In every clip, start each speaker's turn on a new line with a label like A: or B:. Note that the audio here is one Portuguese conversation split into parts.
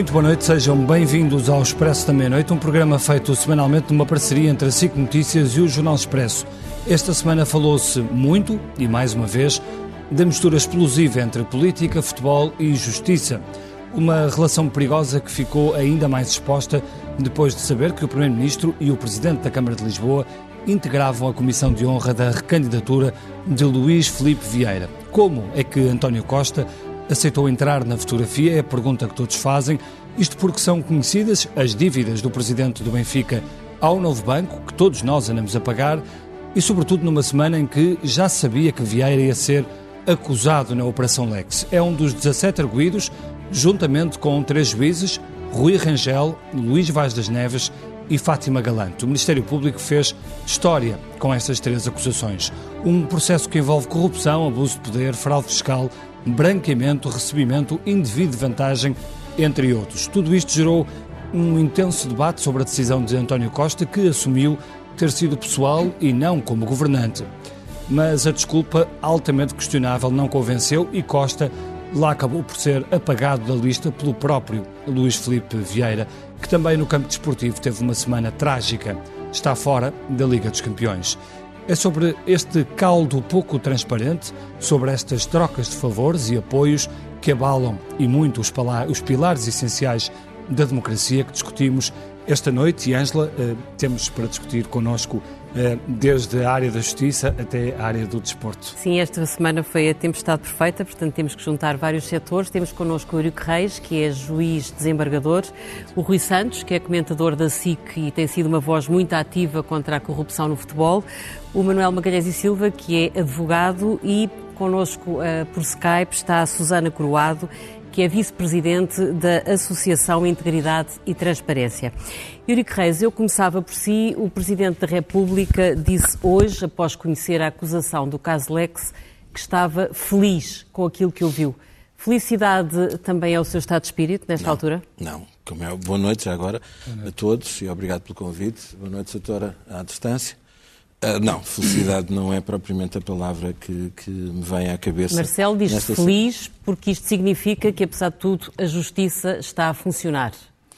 A: Muito boa noite, sejam bem-vindos ao Expresso da Meia-Noite, um programa feito semanalmente numa parceria entre a SIC Notícias e o Jornal Expresso. Esta semana falou-se muito, e mais uma vez, da mistura explosiva entre política, futebol e justiça. Uma relação perigosa que ficou ainda mais exposta depois de saber que o Primeiro-Ministro e o Presidente da Câmara de Lisboa integravam a Comissão de Honra da recandidatura de Luís Filipe Vieira. Como é que António Costa aceitou entrar na fotografia? É a pergunta que todos fazem, isto porque são conhecidas as dívidas do Presidente do Benfica ao novo banco, que todos nós andamos a pagar, e sobretudo numa semana em que já se sabia que Vieira ia ser acusado na Operação Lex. É um dos 17 arguidos, juntamente com 3 juízes, Rui Rangel, Luís Vaz das Neves e Fátima Galante. O Ministério Público fez história com estas 3 acusações. Um processo que envolve corrupção, abuso de poder, fraude fiscal, branqueamento, recebimento indevido de vantagem, entre outros. Tudo isto gerou um intenso debate sobre a decisão de António Costa, que assumiu ter sido pessoal e não como governante. Mas a desculpa, altamente questionável, não convenceu e Costa lá acabou por ser apagado da lista pelo próprio Luís Filipe Vieira, que também no campo desportivo teve uma semana trágica. Está fora da Liga dos Campeões. É sobre este caldo pouco transparente, sobre estas trocas de favores e apoios que abalam e muito os pilares essenciais da democracia que discutimos esta noite. E, Ângela, temos para discutir connosco desde a área da justiça até a área do desporto.
B: Sim, esta semana foi a tempestade perfeita, portanto temos que juntar vários setores. Temos connosco o Eurico Reis, que é juiz desembargador, o Rui Santos, que é comentador da SIC e tem sido uma voz muito ativa contra a corrupção no futebol, o Manuel Magalhães e Silva, que é advogado, e connosco por Skype está a Susana Coroado, que é vice-presidente da Associação Integridade e Transparência. Eurico Reis, eu começava por si. O Presidente da República disse hoje, após conhecer a acusação do caso Lex, que estava feliz com aquilo que ouviu. Felicidade também é o seu estado de espírito nesta altura?
C: Não. Boa noite já agora a todos e obrigado pelo convite. Boa noite, doutora, à distância. Não, felicidade não é propriamente a palavra que me vem à cabeça.
B: Marcelo diz feliz porque isto significa que, apesar de tudo, a justiça está a funcionar.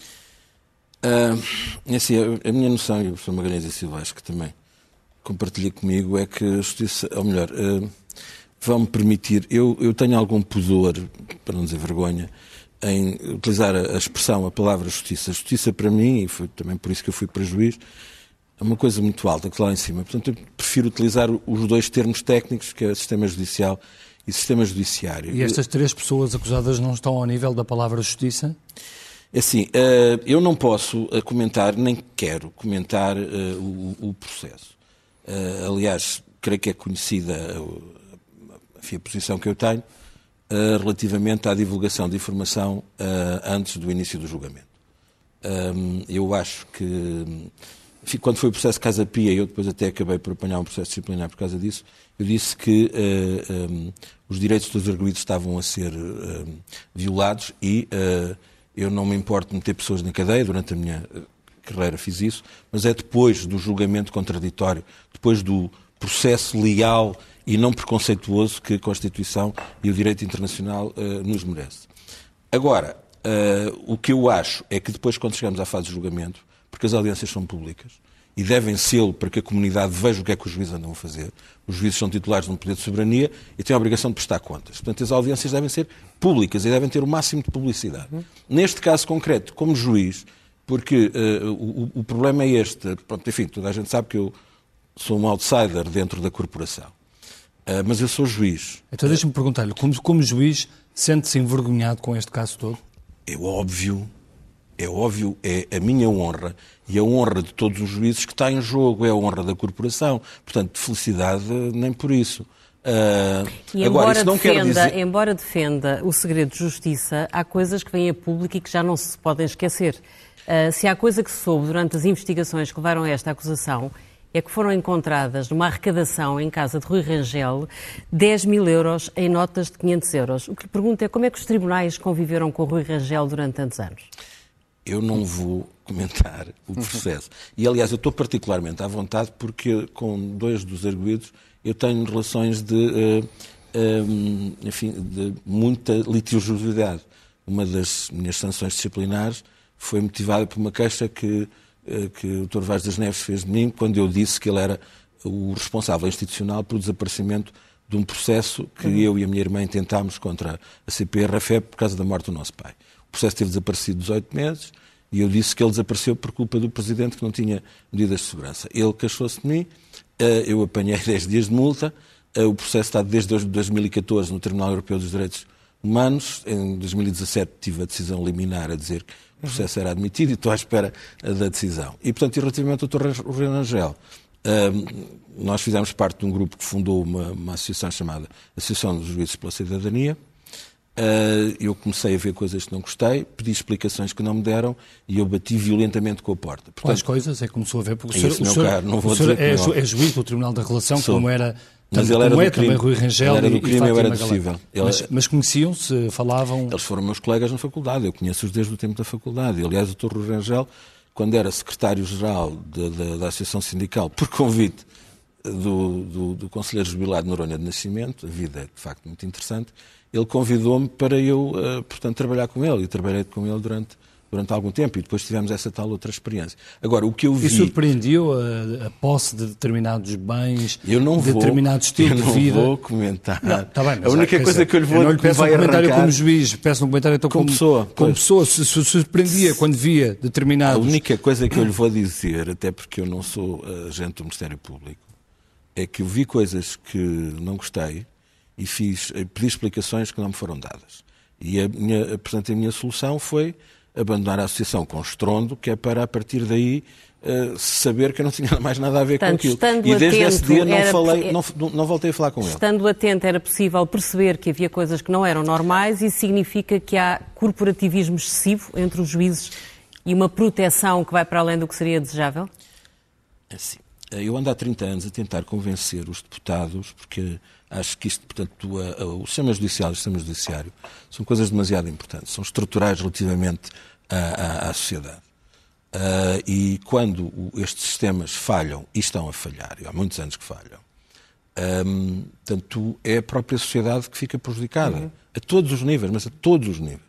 C: Assim, a minha noção, e o professor Magalhães e Silva acho que também compartilha comigo, é que a justiça, ou melhor, vão-me permitir, eu tenho algum pudor, para não dizer vergonha, em utilizar a expressão, a palavra justiça. A justiça para mim, e foi também por isso que eu fui para juiz, é uma coisa muito alta, que lá em cima. Portanto, eu prefiro utilizar os 2 termos técnicos, que é sistema judicial e sistema judiciário.
A: E estas 3 pessoas acusadas não estão ao nível da palavra justiça?
C: Assim, eu não posso comentar, nem quero comentar o processo. Aliás, creio que é conhecida a posição que eu tenho relativamente à divulgação de informação antes do início do julgamento. Eu acho que... Enfim, quando foi o processo de Casa Pia, eu depois até acabei por apanhar um processo disciplinar por causa disso, eu disse que os direitos dos arguidos estavam a ser violados e eu não me importo de meter pessoas na cadeia, durante a minha carreira fiz isso, mas é depois do julgamento contraditório, depois do processo leal e não preconceituoso que a Constituição e o direito internacional nos merece. Agora, o que eu acho é que depois, quando chegamos à fase de julgamento, porque as audiências são públicas e devem ser para que a comunidade veja o que é que os juízes andam a fazer. Os juízes são titulares de um poder de soberania e têm a obrigação de prestar contas. Portanto, as audiências devem ser públicas e devem ter o máximo de publicidade. Neste caso concreto, como juiz, porque o problema é este. Pronto, enfim, toda a gente sabe que eu sou um outsider dentro da corporação. Mas eu sou juiz.
A: Então deixa-me perguntar-lhe, como juiz, sente-se envergonhado com este caso todo?
C: É óbvio, é a minha honra e a honra de todos os juízes que está em jogo, é a honra da corporação. Portanto, de felicidade, nem por isso.
B: E agora, isso não quer dizer... embora defenda o segredo de justiça, há coisas que vêm a público e que já não se podem esquecer. Se há coisa que se soube durante as investigações que levaram a esta acusação, é que foram encontradas numa arrecadação em casa de Rui Rangel 10 mil euros em notas de 500 euros. O que lhe pergunto é como é que os tribunais conviveram com Rui Rangel durante tantos anos?
C: Eu não vou comentar o processo. E, aliás, eu estou particularmente à vontade porque, com 2 dos arguidos, eu tenho relações de muita litigiosidade. uma das minhas sanções disciplinares foi motivada por uma queixa que o Dr. Vaz das Neves fez de mim quando eu disse que ele era o responsável institucional pelo desaparecimento de um processo que eu e a minha irmã tentámos contra a CPRFEP por causa da morte do nosso pai. O processo teve desaparecido 18 meses e eu disse que ele desapareceu por culpa do Presidente que não tinha medidas de segurança. Ele queixou-se de mim, eu apanhei 10 dias de multa, o processo está desde 2014 no Tribunal Europeu dos Direitos Humanos, em 2017 tive a decisão liminar a dizer que o processo era admitido e estou à espera da decisão. E, portanto, relativamente ao Dr. Rui Rangel, nós fizemos parte de um grupo que fundou uma associação chamada Associação dos Juízes pela Cidadania. Eu comecei a ver coisas que não gostei, pedi explicações que não me deram e eu bati violentamente com a porta. Portanto,
A: quais coisas é que começou a ver? Porque
C: o senhor
A: é juiz do Tribunal da Relação, como era...
C: Mas ele era do crime,
A: também Rui Rangel,
C: ele era do crime, eu era do cível.
A: Mas conheciam-se, falavam...
C: Eles foram meus colegas na faculdade, eu conheço-os desde o tempo da faculdade. Aliás, o Dr. Rui Rangel, quando era secretário-geral da Associação Sindical, por convite do conselheiro jubilado Noronha de Nascimento, a vida é de facto muito interessante, ele convidou-me para eu, portanto, trabalhar com ele, e trabalhei com ele durante algum tempo, e depois tivemos essa tal outra experiência. Agora, o que eu vi...
A: E surpreendiu a posse de determinados bens, determinado estilo de vida?
C: Eu não vou comentar.
A: Tá bem,
C: a única coisa que eu lhe vou
A: não lhe peço um comentário como juiz, peço um comentário então
C: como pessoa.
A: Como pessoa, se surpreendia quando via determinados...
C: A única coisa que eu lhe vou dizer, até porque eu não sou agente do Ministério Público, é que eu vi coisas que não gostei e pedi explicações que não me foram dadas. E portanto, a minha solução foi abandonar a associação com estrondo, que é para, a partir daí, saber que eu não tinha mais nada a ver com aquilo. E desde esse dia não voltei a falar com ele.
B: Estando atento, era possível perceber que havia coisas que não eram normais. Isso significa que há corporativismo excessivo entre os juízes e uma proteção que vai para além do que seria desejável?
C: Assim, eu ando há 30 anos a tentar convencer os deputados, porque acho que isto, portanto, o sistema judicial e o sistema judiciário são coisas demasiado importantes, são estruturais relativamente à sociedade. E quando estes sistemas falham, e estão a falhar, e há muitos anos que falham, portanto, é a própria sociedade que fica prejudicada, a todos os níveis, mas a todos os níveis.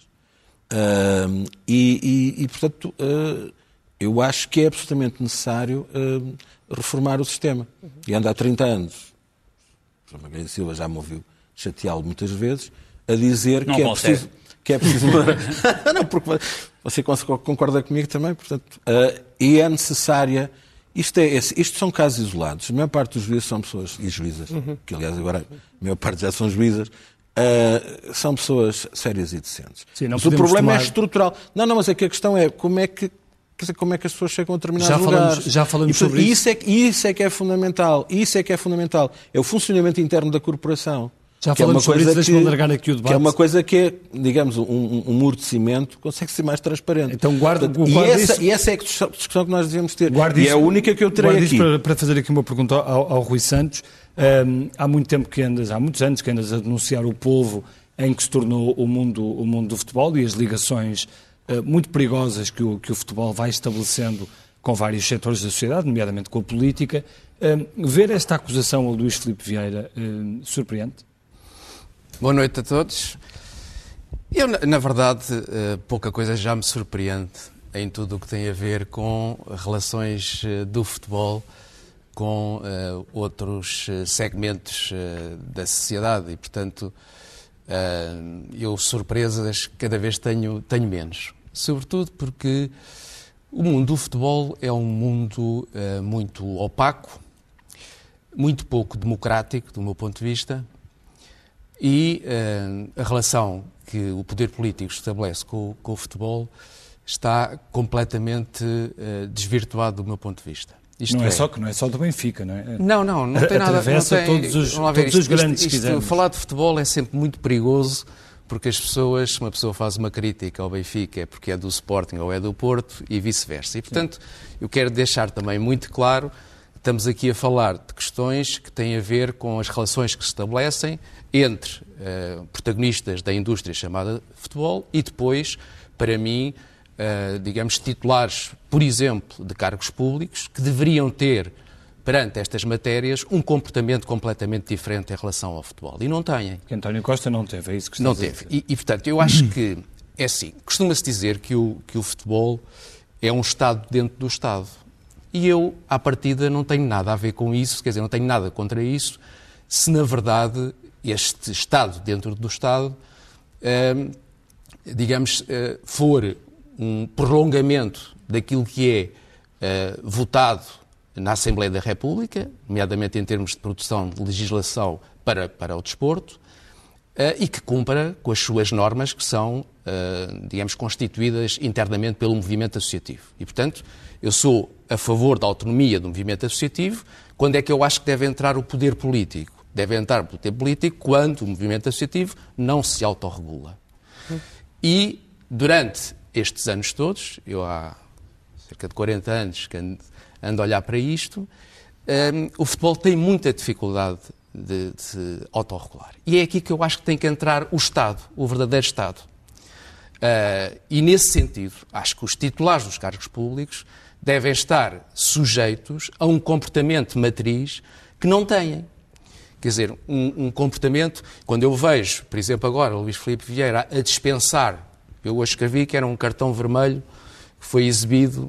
C: Portanto, eu acho que é absolutamente necessário reformar o sistema. E ando há 30 anos. O João Magalhães Silva já me ouviu chateá-lo muitas vezes, a dizer que é preciso não, porque você concorda comigo também, portanto, e é necessária. Isto são casos isolados. A maior parte dos juízes são pessoas, e juízas, que aliás agora a maior parte já são juízas, são pessoas sérias e decentes.
A: Sim,
C: mas o problema é estrutural. Não, mas é que a questão é como é que as pessoas chegam a determinados lugares.
A: Já falamos sobre isso.
C: Isso é que é fundamental. É o funcionamento interno da corporação.
A: Já falamos sobre isso, deixa-me largar aqui o debate.
C: Que é uma coisa que é, digamos, um muro de cimento consegue ser mais transparente.
A: Então guarda isso.
C: E essa é a discussão que nós devemos ter. E é a única que eu terei aqui.
A: Para fazer aqui uma pergunta ao Rui Santos. Há muitos anos que andas a denunciar o polvo em que se tornou o mundo do futebol e as ligações muito perigosas que o futebol vai estabelecendo com vários setores da sociedade, nomeadamente com a política. Ver esta acusação ao Luís Filipe Vieira surpreende?
D: Boa noite a todos. Eu, na verdade, pouca coisa já me surpreende em tudo o que tem a ver com relações do futebol com outros segmentos da sociedade e, portanto, eu surpresas cada vez tenho menos. Sobretudo porque o mundo do futebol é um mundo muito opaco, muito pouco democrático, do meu ponto de vista, e a relação que o poder político estabelece com o futebol está completamente desvirtuado do meu ponto de vista.
A: Não é só do Benfica, não é?
D: Não tem nada...
A: Atravessa todos os grandes, se quisermos.
D: Falar de futebol é sempre muito perigoso, porque se uma pessoa faz uma crítica ao Benfica é porque é do Sporting ou é do Porto e vice-versa. E, portanto, eu quero deixar também muito claro, estamos aqui a falar de questões que têm a ver com as relações que se estabelecem entre protagonistas da indústria chamada futebol e depois, para mim, digamos, titulares, por exemplo, de cargos públicos, que deveriam ter, perante estas matérias, um comportamento completamente diferente em relação ao futebol. E não têm.
A: Que António Costa não teve, é isso que
D: não teve. E, portanto, eu acho que É assim, costuma-se dizer que o futebol é um Estado dentro do Estado. E eu, à partida, não tenho nada a ver com isso, quer dizer, não tenho nada contra isso, se na verdade este Estado dentro do Estado, for um prolongamento daquilo que é votado na Assembleia da República, nomeadamente em termos de produção de legislação para o desporto, e que cumpra com as suas normas que são, constituídas internamente pelo movimento associativo. E, portanto, eu sou a favor da autonomia do movimento associativo. Quando é que eu acho que deve entrar o poder político? Deve entrar o poder político quando o movimento associativo não se autorregula. E, durante estes anos todos, eu há cerca de 40 anos que ando a olhar para isto, o futebol tem muita dificuldade de se autorregular. E é aqui que eu acho que tem que entrar o Estado, o verdadeiro Estado. E, nesse sentido, acho que os titulares dos cargos públicos devem estar sujeitos a um comportamento matriz que não têm. Quer dizer, um comportamento... Quando eu vejo, por exemplo, agora, o Luís Filipe Vieira a dispensar, eu hoje escrevi que era um cartão vermelho que foi exibido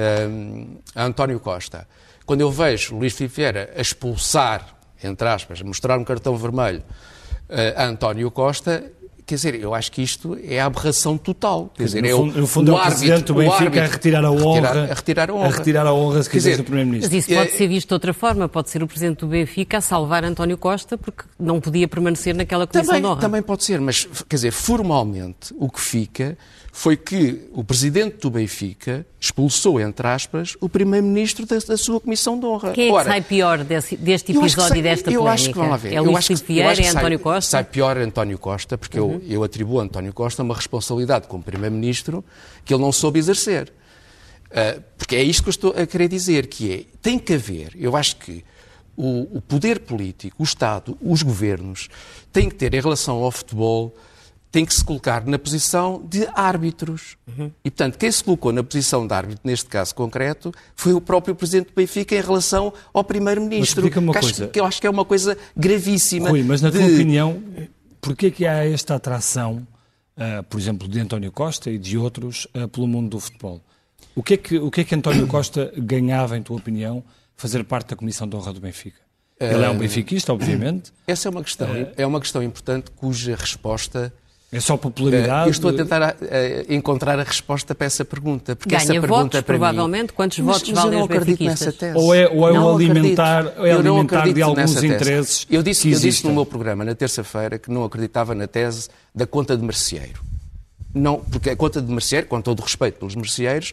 D: a António Costa. Quando eu vejo o Luís Filipe Vieira a expulsar, entre aspas, a mostrar um cartão vermelho a António Costa, quer dizer, eu acho que isto é a aberração total. Quer dizer,
A: no fundo, é o presidente do Benfica a retirar a honra. A retirar a honra, se quiser, do Primeiro-Ministro.
B: Mas isso pode ser visto de outra forma. Pode ser o presidente do Benfica a salvar António Costa porque não podia permanecer naquela comissão de honra.
D: Também pode ser, mas, quer dizer, formalmente, o que fica foi que o presidente do Benfica expulsou, entre aspas, o primeiro-ministro da sua comissão de honra.
B: Quem é que sai pior deste episódio e desta polémica?
D: Eu acho que, vamos lá ver,
B: é Luís Filipe Vieira, é António Costa?
D: Sai pior António Costa, porque eu atribuo a António Costa uma responsabilidade como primeiro-ministro que ele não soube exercer. Porque é isto que eu estou a querer dizer, que é, tem que haver, eu acho que o poder político, o Estado, os governos, têm que ter, em relação ao futebol, tem que se colocar na posição de árbitros. E, portanto, quem se colocou na posição de árbitro, neste caso concreto, foi o próprio Presidente do Benfica em relação ao Primeiro-Ministro. Que eu acho que é uma coisa gravíssima.
A: Rui, mas na tua opinião, porquê que há esta atração, por exemplo, de António Costa e de outros, pelo mundo do futebol? O que é que António Costa ganhava, em tua opinião, fazer parte da Comissão de Honra do Benfica? Ele é um benfiquista, obviamente.
D: Essa é uma questão importante cuja resposta...
A: É só popularidade?
D: Eu estou a tentar encontrar a resposta para essa pergunta. Porque
B: ganha
D: essa pergunta
B: votos,
D: para
B: provavelmente.
D: Mim...
B: Quantos votos valem os benfiquistas?
A: Ou é o alimentar de alguns interesses
D: eu disse no meu programa, na terça-feira, que não acreditava na tese da conta de merceeiro. Não, porque a conta de merceeiro, com todo o respeito pelos merceeiros,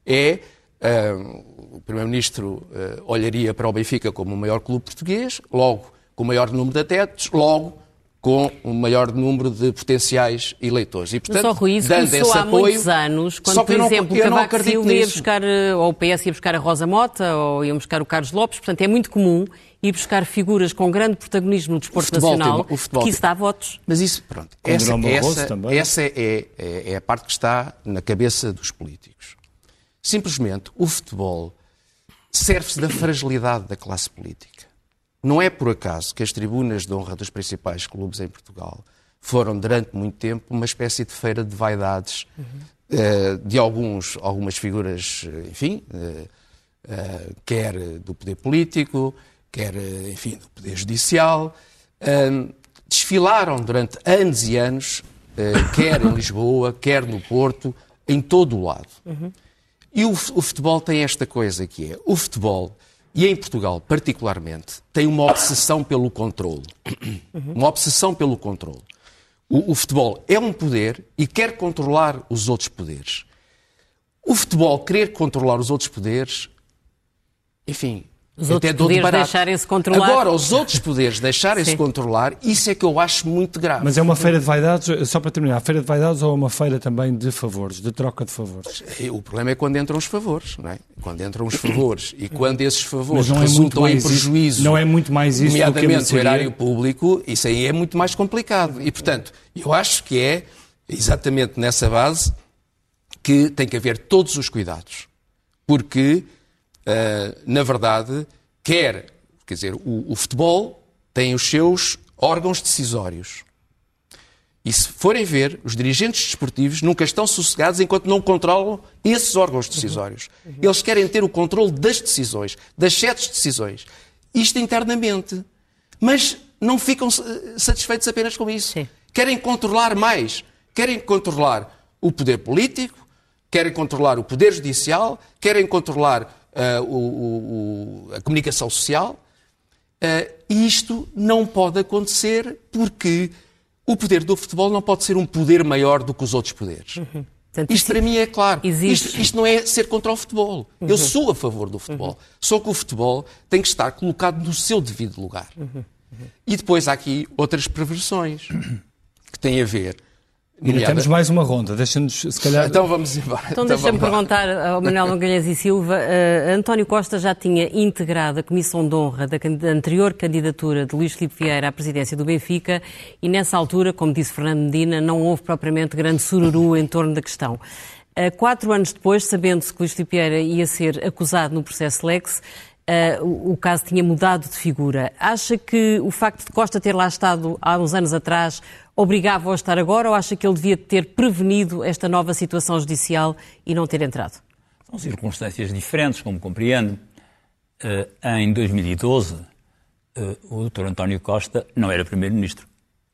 D: o Primeiro-Ministro olharia para o Benfica como o maior clube português, logo com o maior número de adeptos, logo com o maior número de potenciais eleitores. E, portanto,
B: Rui, isso começou há muitos anos, quando, por exemplo, o Cavaco Silva ia buscar, ou o PS ia buscar a Rosa Mota, ou iam buscar o Carlos Lopes. Portanto, é muito comum ir buscar figuras com grande protagonismo no desporto nacional, que isso dá votos.
D: Mas isso, pronto, essa é a parte que está na cabeça dos políticos. Simplesmente, o futebol serve-se da fragilidade da classe política. Não é por acaso que as tribunas de honra dos principais clubes em Portugal foram, durante muito tempo, uma espécie de feira de vaidades de algumas figuras, enfim, quer do poder político, quer, enfim, do poder judicial. Desfilaram durante anos e anos, quer em Lisboa, quer no Porto, em todo o lado. E o futebol tem esta coisa que é, o futebol... E em Portugal, particularmente, tem uma obsessão pelo controle. Uma obsessão pelo controle. O futebol é um poder e quer controlar os outros poderes. O futebol querer controlar os outros poderes, enfim...
B: Os outros poderes deixarem-se controlar.
D: Agora, os outros poderes deixarem-se controlar, isso é que eu acho muito grave.
A: Mas é uma feira de vaidades, só para terminar, feira de vaidades ou é uma feira também de favores, de troca de favores?
D: O problema é quando entram os favores, não é? Quando entram os favores e quando esses favores resultam em prejuízo,
A: não é muito mais isso,
D: nomeadamente o erário público, isso aí é muito mais complicado. E, portanto, eu acho que é exatamente nessa base que tem que haver todos os cuidados. Porque... na verdade, quer dizer, o futebol tem os seus órgãos decisórios. E se forem ver, os dirigentes desportivos nunca estão sossegados enquanto não controlam esses órgãos decisórios. Eles querem ter o controle das decisões, das 7 decisões. Isto internamente. Mas não ficam satisfeitos apenas com isso.
B: Sim.
D: Querem controlar mais. Querem controlar o poder político, querem controlar o poder judicial, querem controlar a comunicação social. E isto não pode acontecer porque o poder do futebol não pode ser um poder maior do que os outros poderes.
B: Portanto,
D: isto para mim é claro.
B: existe...
D: Isto não é ser contra o futebol. Eu sou a favor do futebol. Só que o futebol tem que estar colocado no seu devido lugar. E depois há aqui outras perversões que têm a ver...
A: Ainda temos mais uma ronda, deixa-nos, se calhar...
D: Então vamos embora.
B: Então deixa-me perguntar ao Manuel Magalhães e Silva. António Costa já tinha integrado a Comissão de Honra da anterior candidatura de Luís Filipe Vieira à presidência do Benfica e nessa altura, como disse Fernando Medina, não houve propriamente grande sururu em torno da questão. 4 anos depois, sabendo-se que Luís Filipe Vieira ia ser acusado no processo Lex, o caso tinha mudado de figura. Acha que o facto de Costa ter lá estado há uns anos atrás obrigava-o a estar agora ou acha que ele devia ter prevenido esta nova situação judicial e não ter entrado?
E: São circunstâncias diferentes, como compreendo. Em 2012, o Dr. António Costa não era Primeiro-Ministro.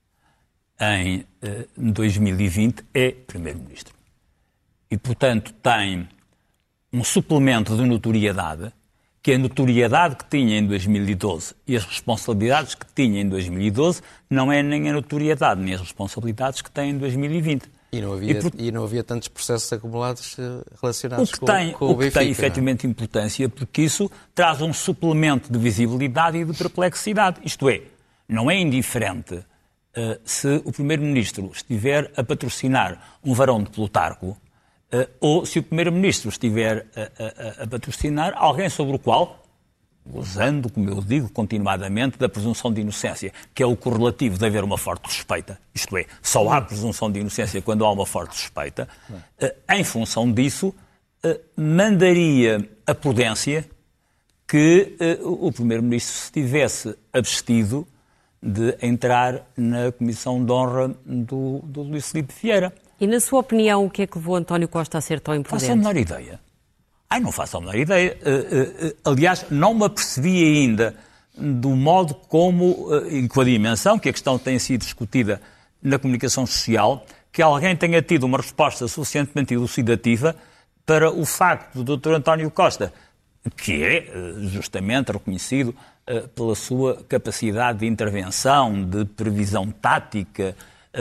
E: Em 2020 é Primeiro-Ministro. E, portanto, tem um suplemento de notoriedade que a notoriedade que tinha em 2012 e as responsabilidades que tinha em 2012 não é nem a notoriedade nem as responsabilidades que tem em 2020.
D: E não havia tantos processos acumulados relacionados com o Benfica.
E: O que tem efetivamente importância, porque isso traz um suplemento de visibilidade e de perplexidade. Isto é, não é indiferente se o Primeiro-Ministro estiver a patrocinar um varão de Plutarco ou se o Primeiro-Ministro estiver a patrocinar alguém sobre o qual, gozando, como eu digo continuadamente, da presunção de inocência, que é o correlativo de haver uma forte suspeita, isto é, só há presunção de inocência quando há uma forte suspeita, em função disso, mandaria a prudência que o Primeiro-Ministro se tivesse abstido de entrar na Comissão de Honra do Luís Filipe Vieira.
B: E, na sua opinião, o que é que levou António Costa a ser tão imprudente?
E: Faço a menor ideia. Não faço a menor ideia. Aliás, não me apercebi ainda do modo como, e com a dimensão que a questão tem sido discutida na comunicação social, que alguém tenha tido uma resposta suficientemente elucidativa para o facto do Dr. António Costa, que é justamente reconhecido pela sua capacidade de intervenção, de previsão tática,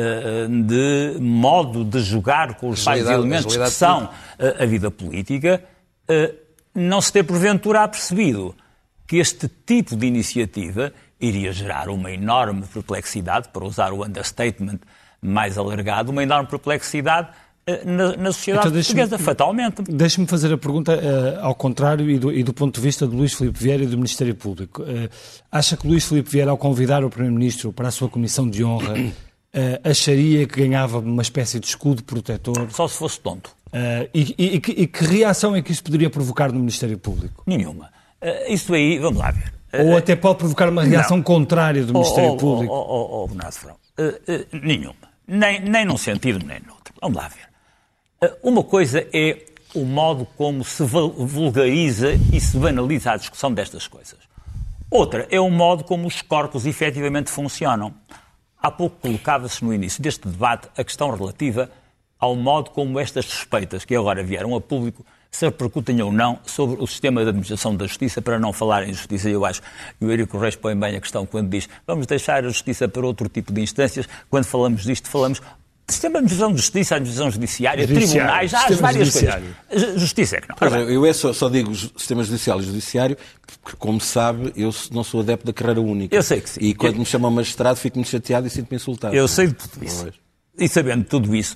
E: de modo de jogar com os vários elementos que são a vida política, não se ter porventura apercebido que este tipo de iniciativa iria gerar uma enorme perplexidade, para usar o understatement mais alargado, uma enorme perplexidade na sociedade portuguesa, fatalmente.
A: Deixe-me fazer a pergunta ao contrário e do ponto de vista de Luís Filipe Vieira e do Ministério Público. Acha que Luís Filipe Vieira, ao convidar o Primeiro-Ministro para a sua Comissão de Honra, acharia que ganhava uma espécie de escudo protetor?
E: Só se fosse tonto.
A: E que reação é que isso poderia provocar no Ministério Público?
E: Nenhuma. Isso aí, vamos lá ver.
A: Ou até pode provocar uma reação contrária do Ministério Público?
E: Bernardo Ferrão, nenhuma. Nem num sentido, nem no outro. Vamos lá ver. Uma coisa é o modo como se vulgariza e se banaliza a discussão destas coisas. Outra é o modo como os corpos efetivamente funcionam. Há pouco colocava-se no início deste debate a questão relativa ao modo como estas suspeitas que agora vieram a público se repercutem ou não sobre o sistema de administração da justiça, para não falar em justiça. Eu acho que o Eurico Reis põe bem a questão quando diz vamos deixar a justiça para outro tipo de instâncias. Quando falamos disto, falamos sistema de administração de justiça, administração judiciária, tribunais, há várias coisas. Justiça é que não.
C: Eu só digo sistema judicial e judiciário porque, como sabe, eu não sou adepto da carreira única.
E: Eu sei que sim.
C: E quando me chamam magistrado fico muito chateado e sinto-me insultado.
E: Eu sei de tudo isso. E sabendo tudo isso,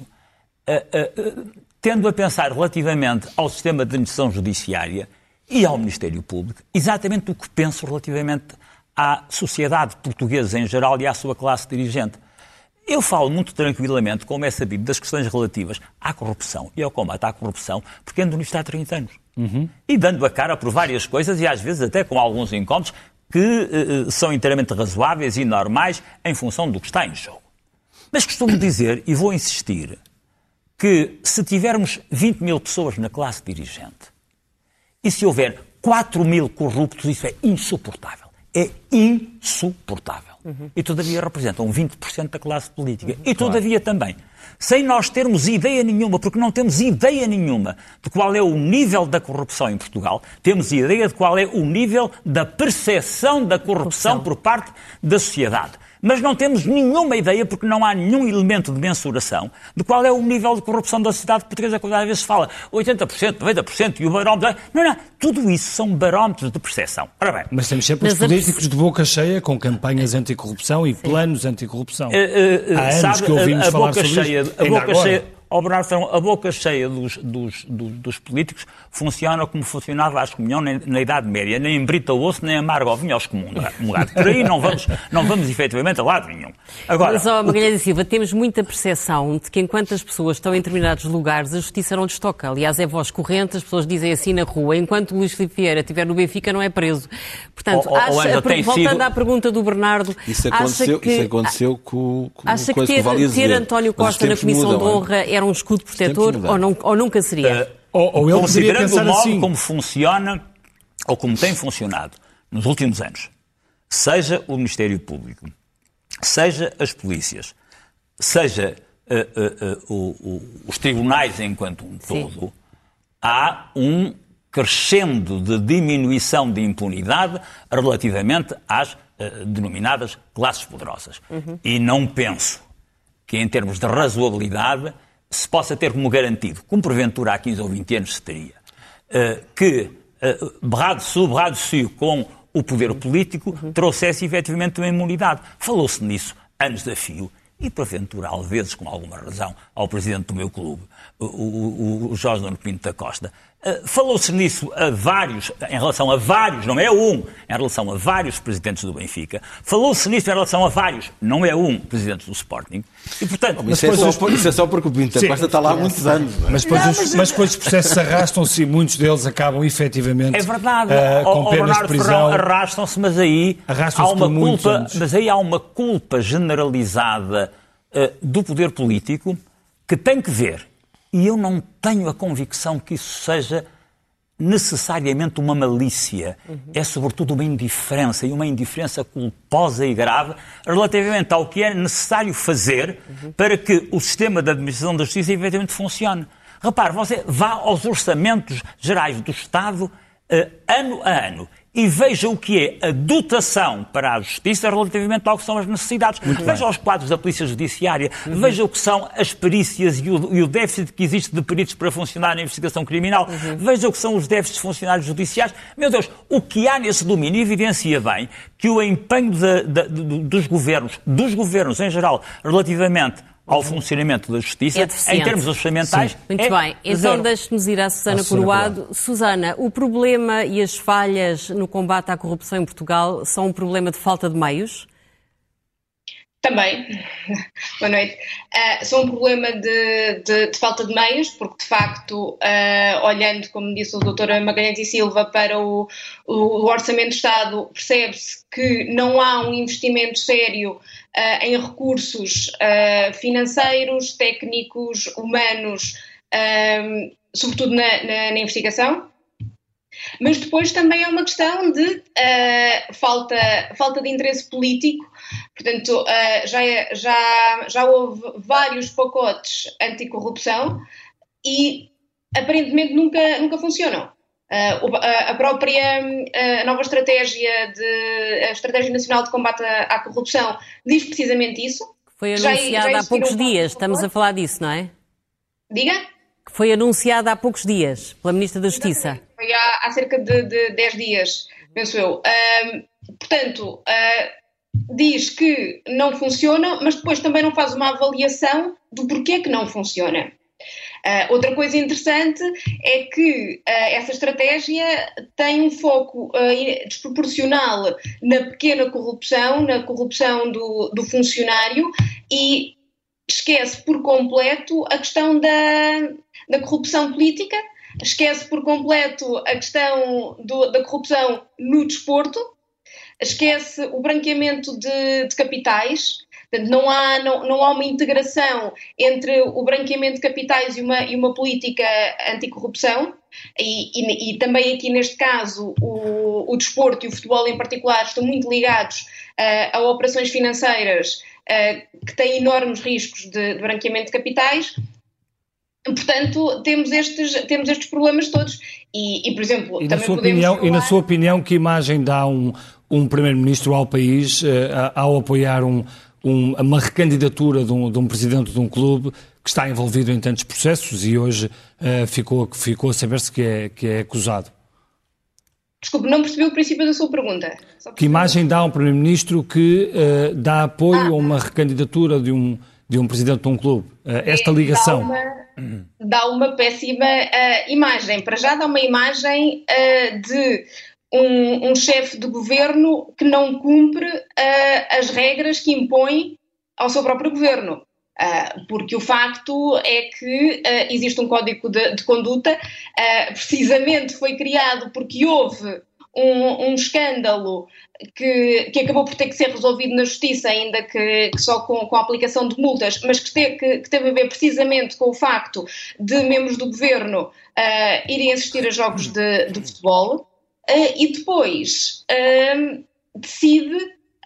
E: tendo a pensar relativamente ao sistema de administração judiciária e ao Ministério Público, exatamente o que penso relativamente à sociedade portuguesa em geral e à sua classe dirigente. Eu falo muito tranquilamente, como é sabido, das questões relativas à corrupção e ao combate à corrupção, porque ando nisto há 30 anos. E dando a cara por várias coisas e às vezes até com alguns incómodos que são inteiramente razoáveis e normais em função do que está em jogo. Mas costumo dizer, e vou insistir, que se tivermos 20 mil pessoas na classe dirigente e se houver 4 mil corruptos, isso é insuportável. É insuportável. E todavia representam 20% da classe política. E todavia também, sem nós termos ideia nenhuma, porque não temos ideia nenhuma de qual é o nível da corrupção em Portugal, temos ideia de qual é o nível da percepção da corrupção por parte da sociedade. Mas não temos nenhuma ideia, porque não há nenhum elemento de mensuração, de qual é o nível de corrupção da sociedade portuguesa, quando às vezes se fala 80%, 90% e o barómetro... Não, tudo isso são barómetros de percepção. Ora bem,
A: mas temos sempre os políticos de boca cheia com campanhas anticorrupção e planos anticorrupção. Há anos que ouvimos falar sobre isso.
E: Bernardo, a boca cheia dos políticos funciona como funcionava a excomunhão na Idade Média, nem embrita o osso, nem amarga o vinho ao excomungado. Por aí não vamos efetivamente a lado nenhum. Agora,
B: mas, Magalhães e Silva, temos muita percepção de que enquanto as pessoas estão em determinados lugares, a justiça não lhes toca. Aliás, é voz corrente, as pessoas dizem assim na rua, enquanto o Luís Filipe Vieira estiver no Benfica não é preso. Portanto, voltando à pergunta do Bernardo...
C: Isso aconteceu com
B: acha que ter António Costa na Comissão de Honra era um escudo protetor ou nunca seria?
A: Ou ele poderia pensar
E: o modo
A: assim.
E: como funciona, ou como tem funcionado nos últimos anos, seja o Ministério Público, seja as polícias, seja os tribunais enquanto um todo, há um crescendo de diminuição de impunidade relativamente às denominadas classes poderosas. E não penso que, em termos de razoabilidade, se possa ter como garantido, como porventura há 15 ou 20 anos se teria, que berrado-se com o poder político trouxesse efetivamente uma imunidade. Falou-se nisso anos a fio e, porventura, às vezes, com alguma razão, ao presidente do meu clube, o Jorge Nuno Pinto da Costa. Falou-se nisso em relação a vários, não é um, em relação a vários presidentes do Benfica. Falou-se nisso em relação a vários, não é um, presidentes do Sporting. E, portanto...
C: Isso é só porque o Pinto da Costa está lá há muitos anos. Não é?
A: Mas depois os processos arrastam-se e muitos deles acabam efetivamente
E: é verdade.
A: Com penas de prisão.
E: Arrastam-se, mas aí há uma culpa generalizada do poder político que tem que ver. E eu não tenho a convicção que isso seja necessariamente uma malícia. É, sobretudo, uma indiferença, e uma indiferença culposa e grave relativamente ao que é necessário fazer para que o sistema de administração da justiça efetivamente funcione. Repare, você vá aos orçamentos gerais do Estado ano a ano e veja o que é a dotação para a justiça relativamente ao que são as necessidades. Veja os quadros da Polícia Judiciária, veja o que são as perícias e o déficit que existe de peritos para funcionar na investigação criminal, veja o que são os déficits de funcionários judiciais. Meu Deus, o que há nesse domínio evidencia bem que o empenho dos governos em geral, relativamente ao funcionamento da justiça, em termos orçamentais.
B: Muito bem. Então deixe-nos ir à Susana Coroado. Susana, o problema e as falhas no combate à corrupção em Portugal são um problema de falta de meios?
F: Também. Boa noite. São um problema de falta de meios, porque de facto, olhando, como disse o Dr. Magalhães e Silva, para o Orçamento do Estado, percebe-se que não há um investimento sério em recursos financeiros, técnicos, humanos, sobretudo na investigação. Mas depois também é uma questão de falta de interesse político. Portanto, já houve vários pacotes anticorrupção e aparentemente nunca funcionam. A própria nova estratégia, a Estratégia Nacional de Combate à Corrupção, diz precisamente isso.
B: Foi anunciada há poucos dias, estamos a falar disso, não é?
F: Diga?
B: Que foi anunciada há poucos dias pela Ministra da Justiça.
F: Foi há cerca de 10 dias, penso eu. Portanto, diz que não funciona, mas depois também não faz uma avaliação do porquê que não funciona. Outra coisa interessante é que essa estratégia tem um foco desproporcional na pequena corrupção, na corrupção do funcionário, e esquece por completo a questão da corrupção política, esquece por completo a questão da corrupção no desporto, esquece o branqueamento de capitais. Portanto, não há uma integração entre o branqueamento de capitais e uma política anticorrupção. E também aqui neste caso o desporto e o futebol em particular estão muito ligados a operações financeiras que têm enormes riscos de branqueamento de capitais. Portanto, temos estes problemas todos e por exemplo,
A: e
F: também podemos falar...
A: E na sua opinião, que imagem dá um primeiro-ministro ao país ao apoiar uma recandidatura de um presidente de um clube que está envolvido em tantos processos e hoje ficou a saber-se que é acusado?
F: Desculpe, não percebi o princípio da sua pergunta.
A: Que imagem dá um primeiro-ministro que dá apoio a uma recandidatura de um presidente de um clube? Esta ligação...
F: Dá uma péssima imagem. Para já dá uma imagem de um chefe de governo que não cumpre as regras que impõe ao seu próprio governo. Porque o facto é que existe um código de conduta, precisamente foi criado porque houve um escândalo que acabou por ter que ser resolvido na Justiça, ainda que só com a aplicação de multas, mas que teve a ver precisamente com o facto de membros do governo irem assistir a jogos de futebol e depois decide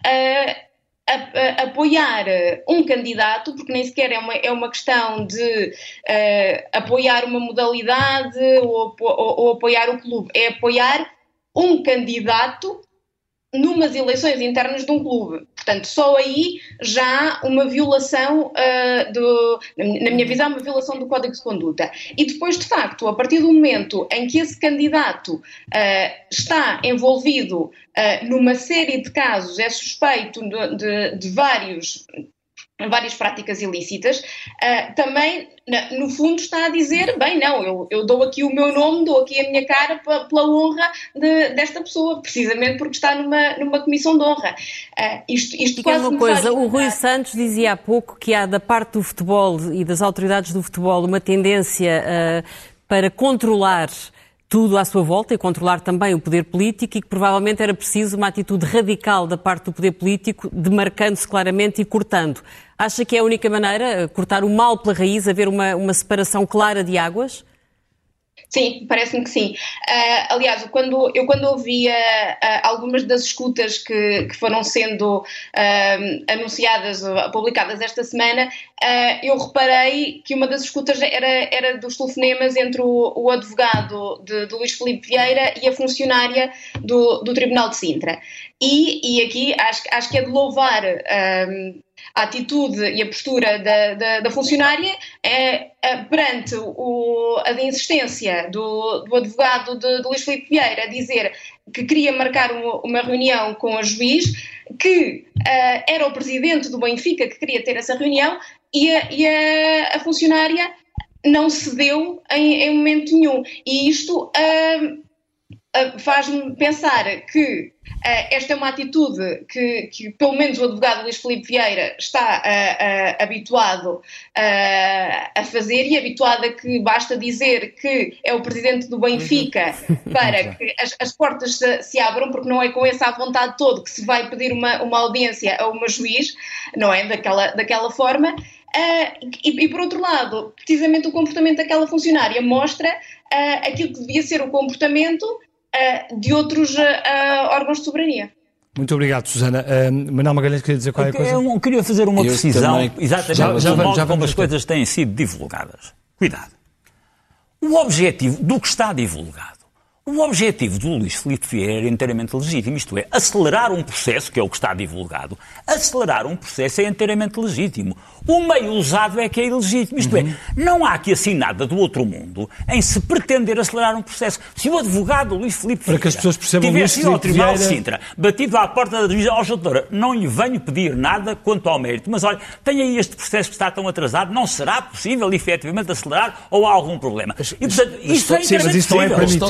F: apoiar um candidato, porque nem sequer é uma questão de apoiar uma modalidade ou apoiar o clube, é apoiar um candidato numas eleições internas de um clube. Portanto, só aí já há uma violação, na minha visão, uma violação do Código de Conduta. E depois, de facto, a partir do momento em que esse candidato está envolvido numa série de casos, é suspeito de várias práticas ilícitas, também, no fundo, está a dizer, bem, não, eu dou aqui o meu nome, dou aqui a minha cara pela honra desta pessoa, precisamente porque está numa comissão de honra. Isto quase
B: uma coisa, o Rui Santos dizia há pouco que há da parte do futebol e das autoridades do futebol uma tendência para controlar tudo à sua volta e controlar também o poder político e que provavelmente era preciso uma atitude radical da parte do poder político, demarcando-se claramente e cortando. Acha que é a única maneira, cortar o mal pela raiz, haver uma separação clara de águas?
F: Sim, parece-me que sim. Aliás, quando ouvia algumas das escutas que foram sendo anunciadas, publicadas esta semana, eu reparei que uma das escutas era dos telefonemas entre o advogado de Luís Filipe Vieira e a funcionária do Tribunal de Sintra. E aqui acho que é de louvar a atitude e a postura da funcionária perante a insistência do advogado de Luís Filipe Vieira a dizer que queria marcar uma reunião com a juiz, que era o presidente do Benfica que queria ter essa reunião e a funcionária não cedeu em momento nenhum. E isto faz-me pensar que esta é uma atitude que pelo menos o advogado Luís Filipe Vieira está habituado a fazer e habituado a que basta dizer que é o presidente do Benfica para que as portas se abram, porque não é com essa vontade toda que se vai pedir uma audiência a uma juiz, não é? Daquela forma. E por outro lado, precisamente o comportamento daquela funcionária mostra aquilo que devia ser o comportamento de outros órgãos de soberania.
A: Muito obrigado, Susana. Manuel Magalhães queria dizer qualquer coisa?
E: Eu queria fazer uma precisão, exatamente do modo como as coisas têm sido divulgadas. Cuidado. O objetivo do que está divulgado, o objetivo do Luís Filipe Vieira é inteiramente legítimo, isto é, acelerar um processo, que é o que está divulgado, acelerar um processo é inteiramente legítimo. O meio usado é que é ilegítimo, isto é, não há aqui assim nada do outro mundo em se pretender acelerar um processo. Se o advogado Luís Filipe Vieira tivesse ido ao Tribunal de Sintra, batido à porta da juíza, doutora, não lhe venho pedir nada quanto ao mérito, mas olha, tem aí este processo que está tão atrasado, não será possível efetivamente acelerar ou há algum problema? E portanto, isto é inteiramente possível.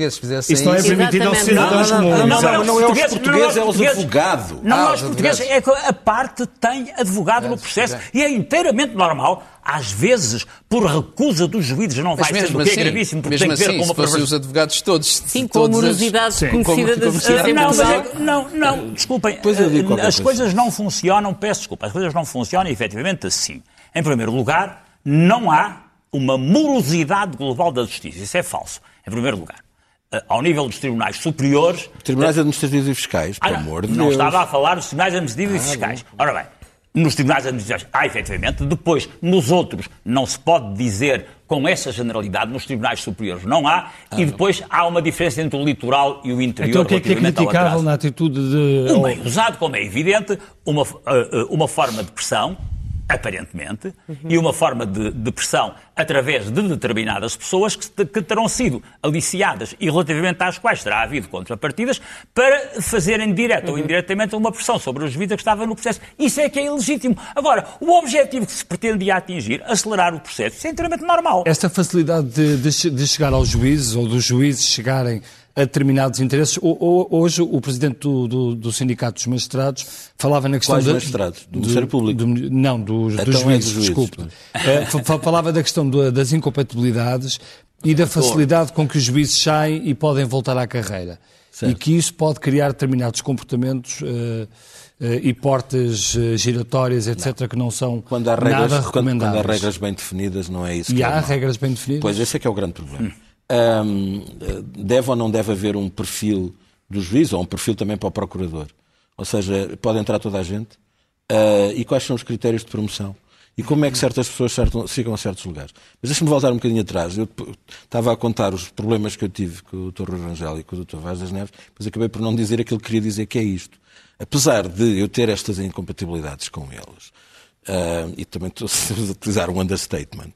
D: portugueses fizessem
A: isso não é permitido aos cidadãos comuns.
C: Não é aos portugueses, é aos advogados.
E: Não, aos portugueses. É que a parte tem advogado no processo e é inteiramente normal. Às vezes, por recusa dos juízes, não vai ser, o que é gravíssimo, porque tem que ver com uma
D: perversão. Os advogados todos.
B: Sim, com a morosidade conhecida da sociedade.
E: Não, desculpem. As coisas não funcionam, peço desculpa, as coisas não funcionam efetivamente assim. Em primeiro lugar, não há uma morosidade global da justiça. Isso é falso, em primeiro lugar. Ao nível dos tribunais superiores...
C: Tribunais administrativos e fiscais, por amor de Deus.
E: Não estava a falar dos tribunais administrativos e fiscais. Ora bem, nos tribunais administrativos há, efetivamente, depois, nos outros, não se pode dizer com essa generalidade, nos tribunais superiores não há, e depois há uma diferença entre o litoral e o interior.
A: Então o que é criticável na atitude de...
E: O meio usado, como é evidente, uma forma de pressão, aparentemente, e uma forma de pressão através de determinadas pessoas que terão sido aliciadas e relativamente às quais terá havido contrapartidas para fazerem direta ou indiretamente uma pressão sobre o juiz que estava no processo. Isso é que é ilegítimo. Agora, o objetivo que se pretendia atingir, acelerar o processo, isso é inteiramente normal.
A: Esta facilidade de chegar aos juízes ou dos juízes chegarem a determinados interesses. Hoje, o presidente do Sindicato dos Magistrados falava na questão...
C: Quais magistrados? Do Ministério Público?
A: Não, dos juízes, desculpe. Falava da questão das incompatibilidades e da facilidade com que os juízes saem e podem voltar à carreira. Certo. E que isso pode criar determinados comportamentos e portas giratórias, etc., não. Que não são nada recomendáveis.
C: Quando há regras bem definidas, não é isso que
A: é. E há regras bem definidas?
C: Pois, esse é que é o grande problema. Deve ou não deve haver um perfil do juiz ou um perfil também para o procurador? Ou seja, pode entrar toda a gente? E quais são os critérios de promoção? E como é que certas pessoas chegam a certos lugares? Mas deixa-me voltar um bocadinho atrás. Eu estava a contar os problemas que eu tive com o Dr. Rui Rangel e com o Dr. Vaz das Neves, mas acabei por não dizer aquilo que queria dizer, que é isto. Apesar de eu ter estas incompatibilidades com eles, e também estou a utilizar um understatement,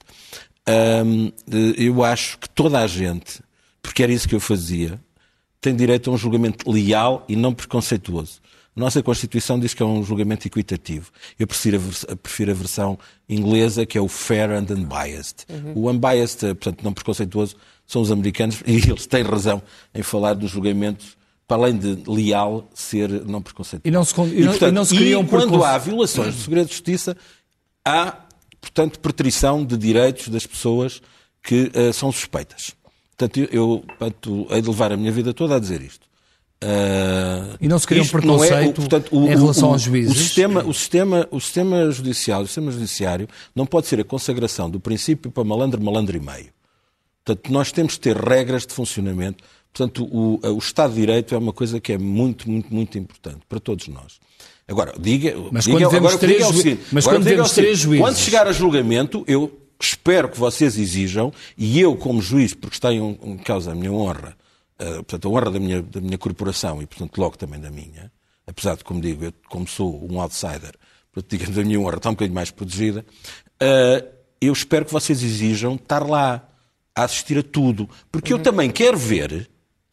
C: eu acho que toda a gente, porque era isso que eu fazia, tem direito a um julgamento leal e não preconceituoso. A nossa Constituição diz que é um julgamento equitativo. Eu prefiro a versão inglesa, que é o fair and unbiased. O unbiased, portanto, não preconceituoso, são os americanos, e eles têm razão em falar dos julgamentos, para além de leal, ser não preconceituoso.
A: E
C: quando há violações do segredo de justiça, há, portanto, preterição de direitos das pessoas que são suspeitas. Portanto, eu hei de levar a minha vida toda a dizer isto.
A: E não se cria um preconceito em relação aos juízes?
C: O sistema judiciário não pode ser a consagração do princípio para malandro e meio. Portanto, nós temos que ter regras de funcionamento. Portanto, o Estado de Direito é uma coisa que é muito, muito, muito importante para todos nós. Agora, quando chegar a julgamento, eu espero que vocês exijam, e eu, como juiz, porque está em causa a minha honra, portanto, a honra da minha corporação e, portanto, logo também da minha, apesar de, como digo, eu, como sou um outsider, portanto, digamos, a minha honra está um bocadinho mais protegida, eu espero que vocês exijam estar lá, a assistir a tudo, porque eu também quero ver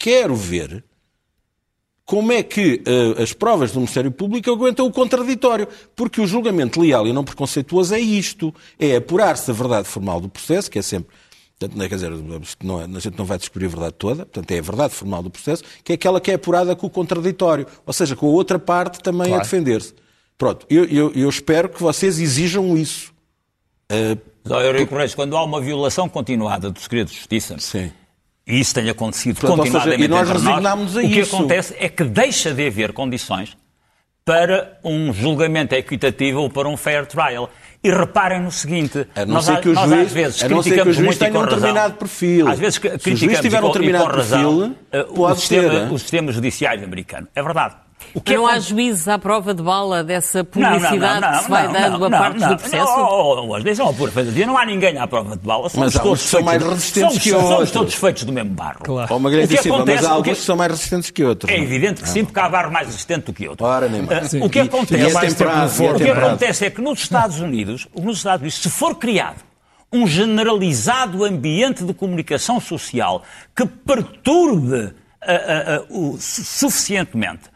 C: como é que as provas do Ministério Público aguentam o contraditório, porque o julgamento leal e não preconceituoso é isto, é apurar-se a verdade formal do processo, que é sempre... Portanto, quer dizer, a gente não vai descobrir a verdade toda, portanto é a verdade formal do processo, que é aquela que é apurada com o contraditório, ou seja, com a outra parte também a defender-se. Pronto, eu espero que vocês exijam isso.
E: Eurico Reis, quando há uma violação continuada do segredo de justiça,
C: sim,
E: e isso tem acontecido continuadamente
C: e nós resignámos a isso.
E: O que acontece é que deixa de haver condições para um julgamento equitativo ou para um fair trial. E reparem no seguinte,
C: nós às vezes criticamos muito e com razão. Perfil.
E: Às vezes criticamos e com razão o sistema judiciário americano. É verdade.
B: Não há juízes à prova de bala dessa publicidade que se vai dando a partes do processo?
E: Não há ninguém à prova de bala.
C: Mas há uns que são mais resistentes que outros.
E: Somos todos feitos do mesmo barro.
C: Claro. Mas há alguns que são mais resistentes que outros.
E: É evidente que sim, porque há barro mais resistente do que outro.
C: Ora, nem mais.
E: O que acontece é que nos Estados Unidos, se for criado um generalizado ambiente de comunicação social que perturbe suficientemente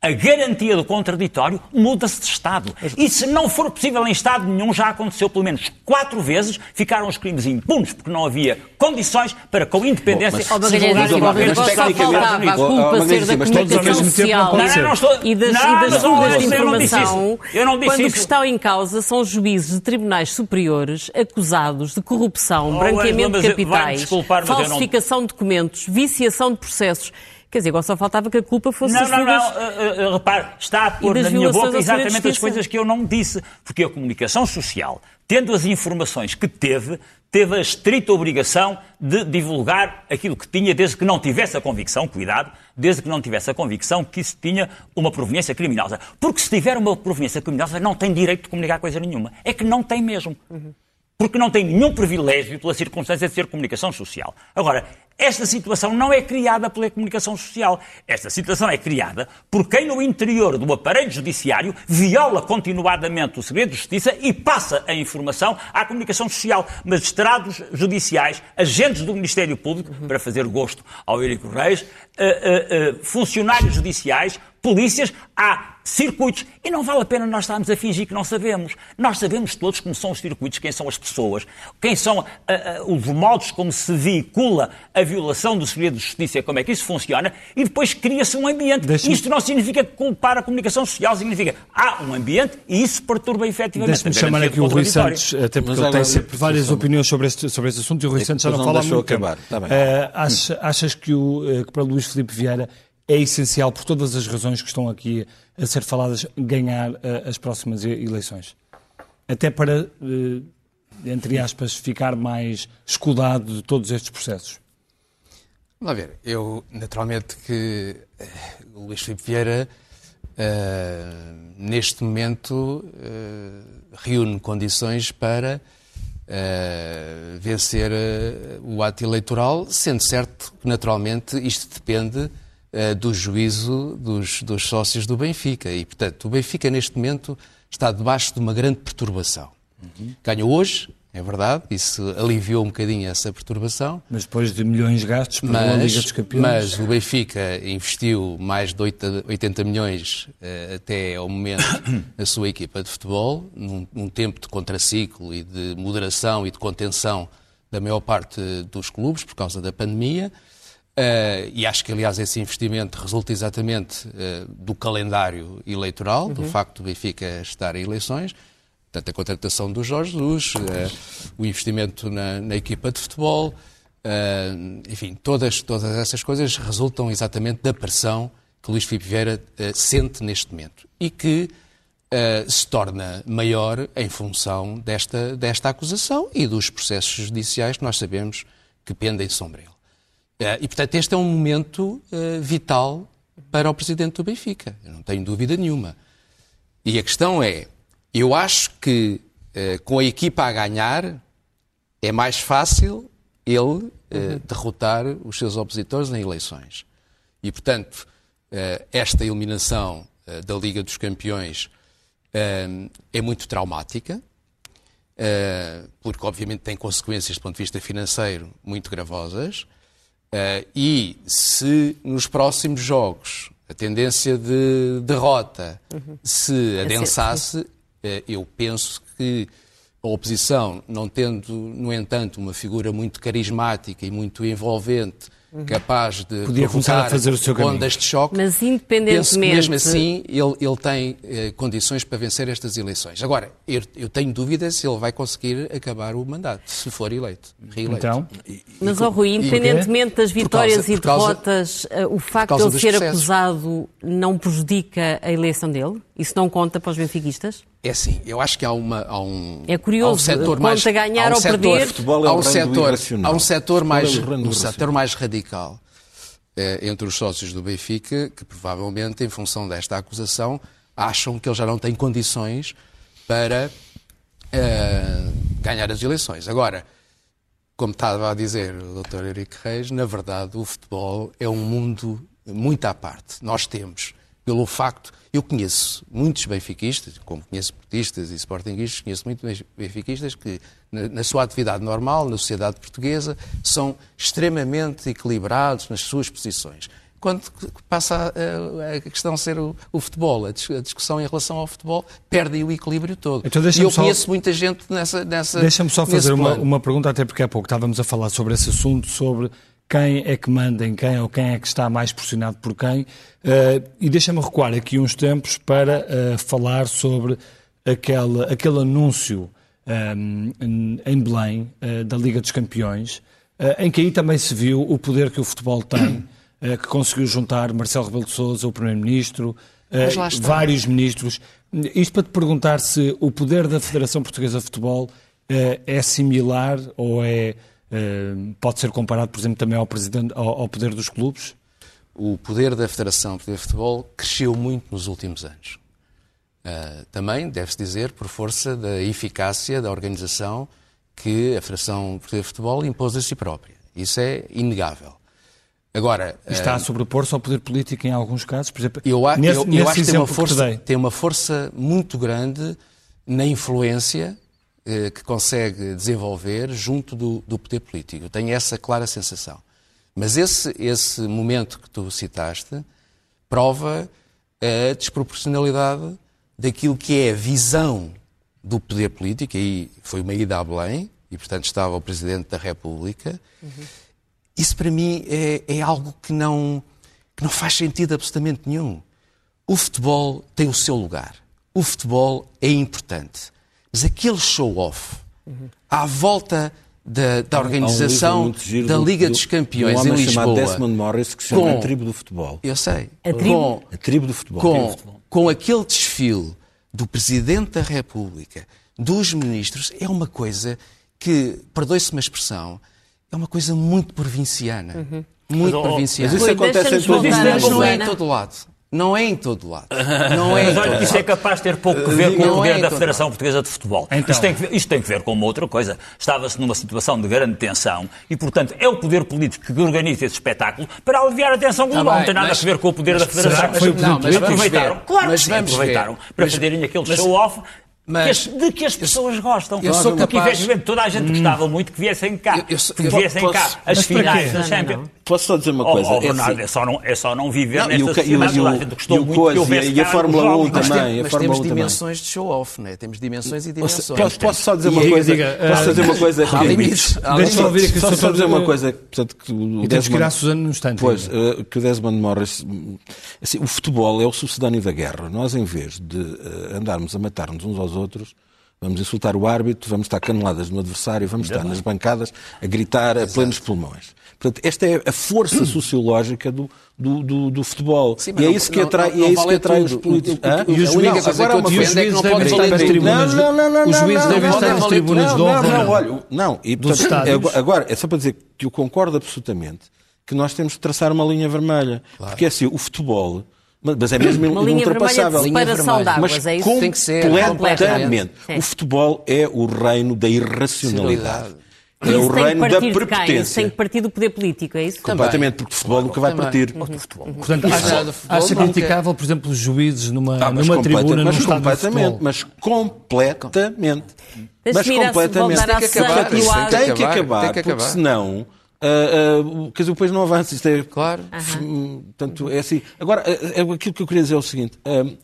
E: a garantia do contraditório, muda-se de Estado. E se não for possível em Estado nenhum, já aconteceu pelo menos 4 vezes, ficaram os crimes impunes porque não havia condições para, com independência,
B: se julgarem. Só faltava a culpa ser da comunicação social e das fugas de informação, quando o que está em causa são juízes de tribunais superiores acusados de corrupção, branqueamento de capitais, falsificação de documentos, viciação de processos. Quer dizer, agora só faltava que a culpa fosse das fugas...
E: Repare, está a pôr na minha boca exatamente as coisas que eu não disse. Porque a comunicação social, tendo as informações que teve a estrita obrigação de divulgar aquilo que tinha, desde que não tivesse a convicção, cuidado, desde que não tivesse a convicção que isso tinha uma proveniência criminosa. Porque se tiver uma proveniência criminosa, não tem direito de comunicar coisa nenhuma. É que não tem mesmo. Porque não tem nenhum privilégio pela circunstância de ser comunicação social. Agora, esta situação não é criada pela comunicação social. Esta situação é criada por quem no interior do aparelho judiciário viola continuadamente o segredo de justiça e passa a informação à comunicação social. Magistrados judiciais, agentes do Ministério Público, para fazer gosto ao Eurico Reis, funcionários judiciais, polícias, há circuitos. E não vale a pena nós estarmos a fingir que não sabemos. Nós sabemos todos como são os circuitos, quem são as pessoas, quem são os modos como se veicula a violação do segredo de justiça, como é que isso funciona, e depois cria-se um ambiente. Isto não significa culpar a comunicação social, significa há um ambiente e isso perturba efetivamente.
A: Deixe-me chamar aqui o Rui Santos, até porque ele tem sempre várias opiniões sobre este assunto e o Rui Santos já não fala há muito tempo. Achas que para Luís Filipe Vieira é essencial, por todas as razões que estão aqui a ser faladas, ganhar as próximas eleições? Até para, entre aspas, ficar mais escudado de todos estes processos?
D: Vamos ver, eu, naturalmente, que o Luís Filipe Vieira, neste momento, reúne condições para vencer o ato eleitoral, sendo certo que, naturalmente, isto depende do juízo dos sócios do Benfica. E, portanto, o Benfica, neste momento, está debaixo de uma grande perturbação. Ganhou hoje, é verdade, isso aliviou um bocadinho essa perturbação.
A: Mas depois de milhões gastos para a Liga dos Campeões...
D: Mas o Benfica investiu mais de 80 milhões até ao momento na sua equipa de futebol, num tempo de contraciclo e de moderação e de contenção da maior parte dos clubes por causa da pandemia. E acho que, aliás, esse investimento resulta exatamente do calendário eleitoral, do facto do Benfica estar em eleições, portanto, a contratação do Jorge Jesus, o investimento na equipa de futebol, enfim, todas essas coisas resultam exatamente da pressão que Luís Filipe Vieira sente neste momento e que se torna maior em função desta acusação e dos processos judiciais que nós sabemos que pendem sobre ele. E, portanto, este é um momento vital para o Presidente do Benfica, eu não tenho dúvida nenhuma. E a questão é, eu acho que com a equipa a ganhar é mais fácil ele derrotar os seus opositores em eleições. E, portanto, esta eliminação da Liga dos Campeões é muito traumática, porque obviamente tem consequências do ponto de vista financeiro muito gravosas. E se nos próximos jogos a tendência de derrota se adensasse, eu penso que a oposição, não tendo, no entanto, uma figura muito carismática e muito envolvente, capaz de
A: podia começar a fazer o seu
D: ondas de choque,
B: mas independentemente...
D: penso que mesmo assim ele tem condições para vencer estas eleições. Agora, eu tenho dúvidas se ele vai conseguir acabar o mandato, se for reeleito.
A: Então?
B: Mas, Rui, independentemente das vitórias e derrotas, o facto de ele ser acusado não prejudica a eleição dele? Isso não conta para os benfiquistas?
D: É assim, eu acho que há um
B: é curioso,
D: setor mais,
B: conta ganhar ou perder.
D: Há um setor mais radical entre os sócios do Benfica que provavelmente, em função desta acusação, acham que ele já não tem condições para ganhar as eleições. Agora, como estava a dizer o Dr. Eurico Reis, na verdade o futebol é um mundo muito à parte. Nós temos, pelo facto... Eu conheço muitos benfiquistas, como conheço portistas e sportinguistas, conheço muitos benfiquistas que, na sua atividade normal, na sociedade portuguesa, são extremamente equilibrados nas suas posições. quando passa a questão a ser o futebol. A discussão em relação ao futebol perde o equilíbrio todo.
A: Então,
D: e eu conheço muita gente nessa
A: Deixa-me só fazer uma pergunta, até porque há pouco estávamos a falar sobre esse assunto, sobre quem é que manda em quem ou quem é que está mais pressionado por quem. E deixa-me recuar aqui uns tempos para falar sobre aquele anúncio em Belém da Liga dos Campeões, em que aí também se viu o poder que o futebol tem, que conseguiu juntar Marcelo Rebelo de Sousa, o Primeiro-Ministro, vários ministros. Isto para te perguntar se o poder da Federação Portuguesa de Futebol é similar ou pode ser comparado, por exemplo, também ao poder dos clubes?
D: O poder da Federação Portuguesa de Futebol cresceu muito nos últimos anos. Também, deve-se dizer, por força da eficácia da organização que a Federação Portuguesa de Futebol impôs a si própria. Isso é inegável. Agora,
A: está a sobrepor-se ao poder político em alguns casos? Por exemplo,
D: eu acho que tem uma força muito grande na influência que consegue desenvolver junto do poder político. Eu tenho essa clara sensação. Mas esse momento que tu citaste prova a desproporcionalidade daquilo que é a visão do poder político. Aí foi uma ida a Belém e, portanto, estava o Presidente da República. Isso, para mim, é algo que não faz sentido absolutamente nenhum. O futebol tem o seu lugar. O futebol é importante. Mas aquele show-off à volta da organização da Liga dos Campeões em Lisboa...
C: chamado Desmond Morris, que se chama a tribo do futebol.
D: Eu sei.
C: A tribo do futebol.
D: Com aquele desfile do Presidente da República, dos ministros, é uma coisa que, perdoe-se uma expressão, é uma coisa muito provinciana. Muito provinciana.
C: Mas isso acontece em todo o
D: mundo. Não é em todo lado. Não é em todo lado.
E: Mas olha, isso é capaz de ter pouco a ver com o poder da Federação Portuguesa de Futebol.
A: Então.
E: Isto tem que ver com uma outra coisa. Estava-se numa situação de grande tensão e, portanto, é o poder político que organiza esse espetáculo para aliviar a tensão global. Não tem nada a ver com o poder da Federação.
A: Mas
E: aproveitaram, claro que sim, aproveitaram para fazerem aquele show-off de que as pessoas gostam. Porque, efetivamente, toda a gente gostava muito que viessem cá. As finais da Champions.
C: Posso só dizer uma coisa?
E: Bernardo, é só não viver nesta sociedade. Toda a gente gostou muito que houvesse
C: e a Fórmula 1 também.
D: Mas temos dimensões de show-off, não é? Temos dimensões e dimensões.
C: Posso só dizer uma coisa? Posso dizer uma coisa?
D: Há limites.
A: Deixa-me ouvir aqui
C: só dizer uma coisa.
A: E temos que ir à Susana no instante.
C: Pois, que o Desmond Morris... Assim, o futebol é o sucedâneo da guerra. Nós, em vez de andarmos a matar-nos uns aos outros, vamos insultar o árbitro, vamos estar caneladas no adversário, vamos estar nas bancadas a gritar a plenos pulmões. Portanto, esta é a força sociológica do futebol. Sim, e é isso que atrai, os políticos.
A: E os juízes devem estar nas tribunas. Os juízes devem estar nas tribunas de honra.
C: Não, e portanto, agora, é só para dizer que eu concordo absolutamente que nós temos de traçar uma linha vermelha. Claro. Porque é assim, o futebol... Mas é mesmo inultrapassável.
B: Mas
C: é isso tem que ser completamente. O futebol é o reino da irracionalidade. É o reino da prepotência.
B: Isso tem que partir do poder político, é isso?
C: Completamente, porque o futebol nunca vai partir.
A: Portanto, acha criticável, por exemplo, os juízes numa tribuna, num estádio de futebol?
C: Mas completamente.
B: Tem
C: que acabar, porque senão... quer dizer, depois não avança. Isto é,
D: claro.
C: Portanto, é assim. Agora, aquilo que eu queria dizer é o seguinte.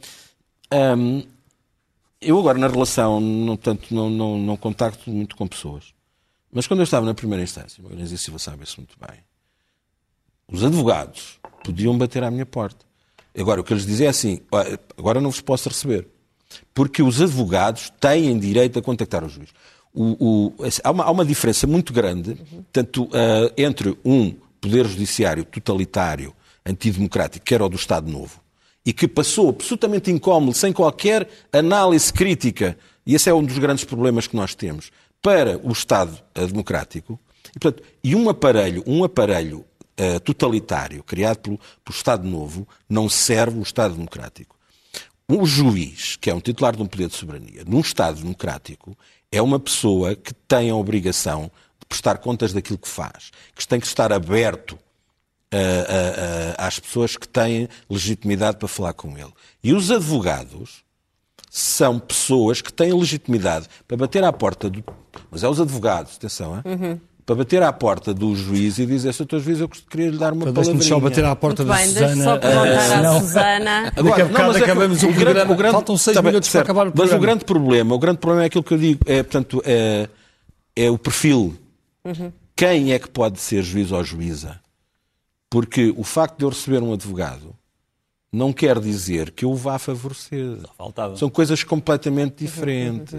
C: Eu agora na relação, não contacto muito com pessoas. Mas quando eu estava na primeira instância, Magalhães e Silva sabe isso muito bem, os advogados podiam bater à minha porta. Agora, o que eu lhes dizia é assim, agora não vos posso receber. Porque os advogados têm direito a contactar o juiz. Há uma diferença muito grande tanto, entre um poder judiciário totalitário, antidemocrático, que era o do Estado Novo, e que passou absolutamente incómodo, sem qualquer análise crítica, e esse é um dos grandes problemas que nós temos, para o Estado democrático, e um aparelho totalitário criado pelo Estado Novo não serve o Estado democrático. O juiz, que é um titular de um poder de soberania, num Estado democrático, é uma pessoa que tem a obrigação de prestar contas daquilo que faz, que tem que estar aberto às pessoas que têm legitimidade para falar com ele. E os advogados são pessoas que têm legitimidade para bater à porta do... Mas é os advogados, atenção, para bater à porta do juiz e dizer: Sr. Juiz, eu queria lhe dar uma palavrinha.
A: Deixe-me só bater à porta da Susana.
B: Só perguntar à Susana.
A: Daqui a bocado acabamos o programa. Faltam 6 minutos para acabar o programa.
C: Mas o grande problema é aquilo que eu digo, portanto, é o perfil. Quem é que pode ser juiz ou juíza? Porque o facto de eu receber um advogado não quer dizer que eu o vá favorecer. São coisas completamente diferentes.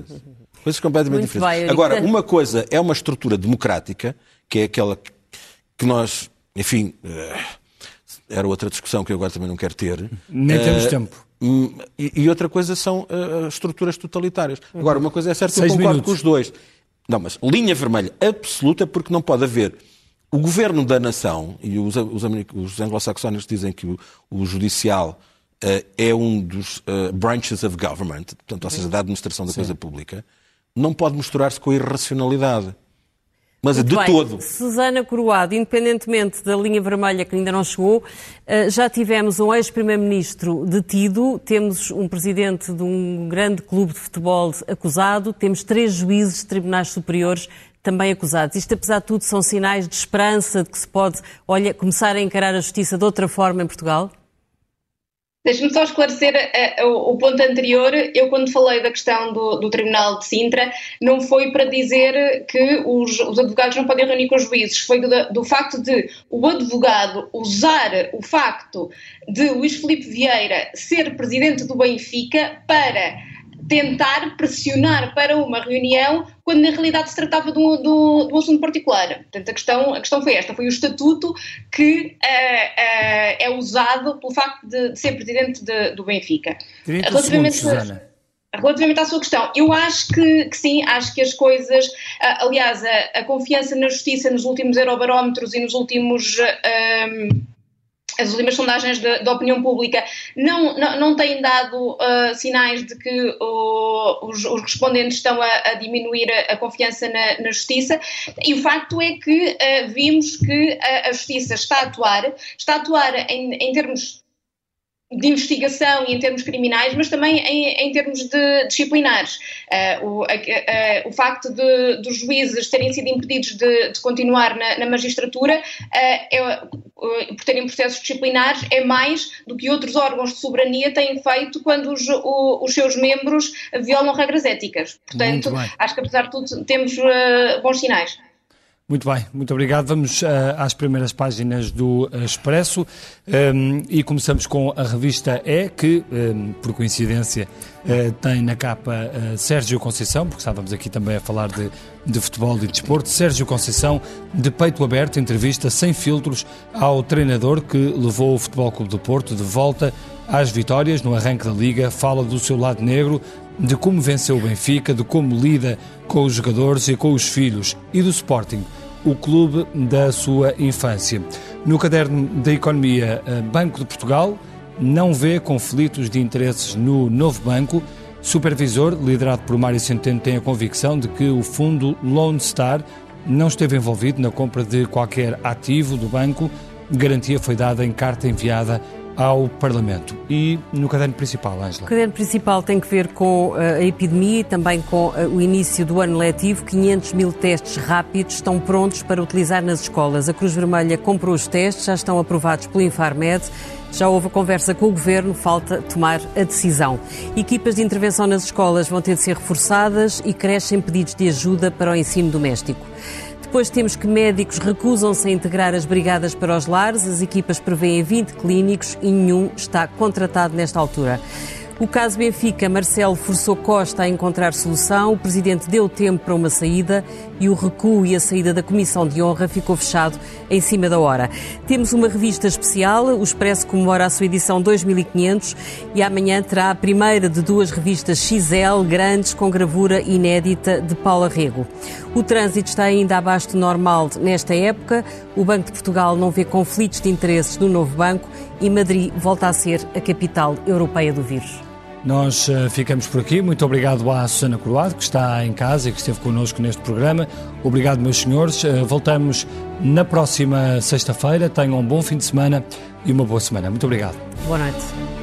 C: Agora, uma coisa é uma estrutura democrática, que é aquela que nós, enfim, era outra discussão que eu agora também não quero ter.
A: Nem temos tempo.
C: E outra coisa são estruturas totalitárias. Agora, uma coisa é certa, eu concordo com os dois. Não, mas linha vermelha absoluta, porque não pode haver o governo da nação, e os anglo-saxónicos dizem que o judicial é um dos branches of government, portanto, ou seja, da administração da coisa pública, não pode misturar-se com a irracionalidade. Mas
B: muito
C: de
B: bem.
C: todo.
B: Susana Coroado, independentemente da linha vermelha que ainda não chegou, já tivemos um ex-primeiro-ministro detido, temos um presidente de um grande clube de futebol acusado, temos 3 juízes de tribunais superiores também acusados. Isto, apesar de tudo, são sinais de esperança, de que se pode começar a encarar a justiça de outra forma em Portugal?
F: Deixe-me só esclarecer o ponto anterior. Eu, quando falei da questão do Tribunal de Sintra, não foi para dizer que os advogados não podem reunir com os juízes. Foi do facto de o advogado usar o facto de Luís Filipe Vieira ser presidente do Benfica para tentar pressionar para uma reunião, quando na realidade se tratava de um assunto particular. Portanto, a questão foi esta, foi o estatuto que é usado pelo facto de ser presidente do Benfica. Relativamente à sua questão, eu acho que sim, acho que as coisas, aliás, a confiança na justiça nos últimos eurobarómetros e nos últimos... as últimas sondagens da opinião pública não têm dado sinais de que os respondentes estão a diminuir a confiança na justiça, e o facto é que vimos que a justiça está a atuar em termos de investigação e em termos criminais, mas também em termos disciplinares. O facto dos juízes terem sido impedidos de continuar na magistratura por terem processos disciplinares é mais do que outros órgãos de soberania têm feito quando os seus membros violam regras éticas. Portanto, acho que apesar de tudo temos bons sinais.
A: Muito bem, muito obrigado. Vamos às primeiras páginas do Expresso e começamos com a revista E, que, por coincidência, tem na capa Sérgio Conceição, porque estávamos aqui também a falar de futebol e de desporto. Sérgio Conceição, de peito aberto, entrevista sem filtros ao treinador que levou o Futebol Clube do Porto de volta às vitórias no arranque da Liga, fala do seu lado negro, de como venceu o Benfica, de como lida com os jogadores e com os filhos, e do Sporting, o clube da sua infância. No caderno da Economia, Banco de Portugal não vê conflitos de interesses no novo banco. Supervisor, liderado por Mário Centeno, tem a convicção de que o fundo Lone Star não esteve envolvido na compra de qualquer ativo do banco. Garantia foi dada em carta enviada ao Parlamento. E no caderno principal, Ângela? O
B: caderno principal tem que ver com a epidemia e também com o início do ano letivo. 500 mil testes rápidos estão prontos para utilizar nas escolas. A Cruz Vermelha comprou os testes, já estão aprovados pelo Infarmed. Já houve a conversa com o Governo, falta tomar a decisão. Equipas de intervenção nas escolas vão ter de ser reforçadas e crescem pedidos de ajuda para o ensino doméstico. Depois temos que médicos recusam-se a integrar as brigadas para os lares. As equipas prevêem 20 clínicos e nenhum está contratado nesta altura. O caso Benfica, Marcelo forçou Costa a encontrar solução, o Presidente deu tempo para uma saída e o recuo e a saída da Comissão de Honra ficou fechado em cima da hora. Temos uma revista especial, o Expresso comemora a sua edição 2500 e amanhã terá a primeira de 2 revistas XL grandes com gravura inédita de Paula Rego. O trânsito está ainda abaixo do normal nesta época, o Banco de Portugal não vê conflitos de interesses no novo banco e Madrid volta a ser a capital europeia do vírus.
A: Nós ficamos por aqui. Muito obrigado à Susana Coroado, que está em casa e que esteve connosco neste programa. Obrigado, meus senhores. Voltamos na próxima sexta-feira. Tenham um bom fim de semana e uma boa semana. Muito obrigado.
B: Boa noite.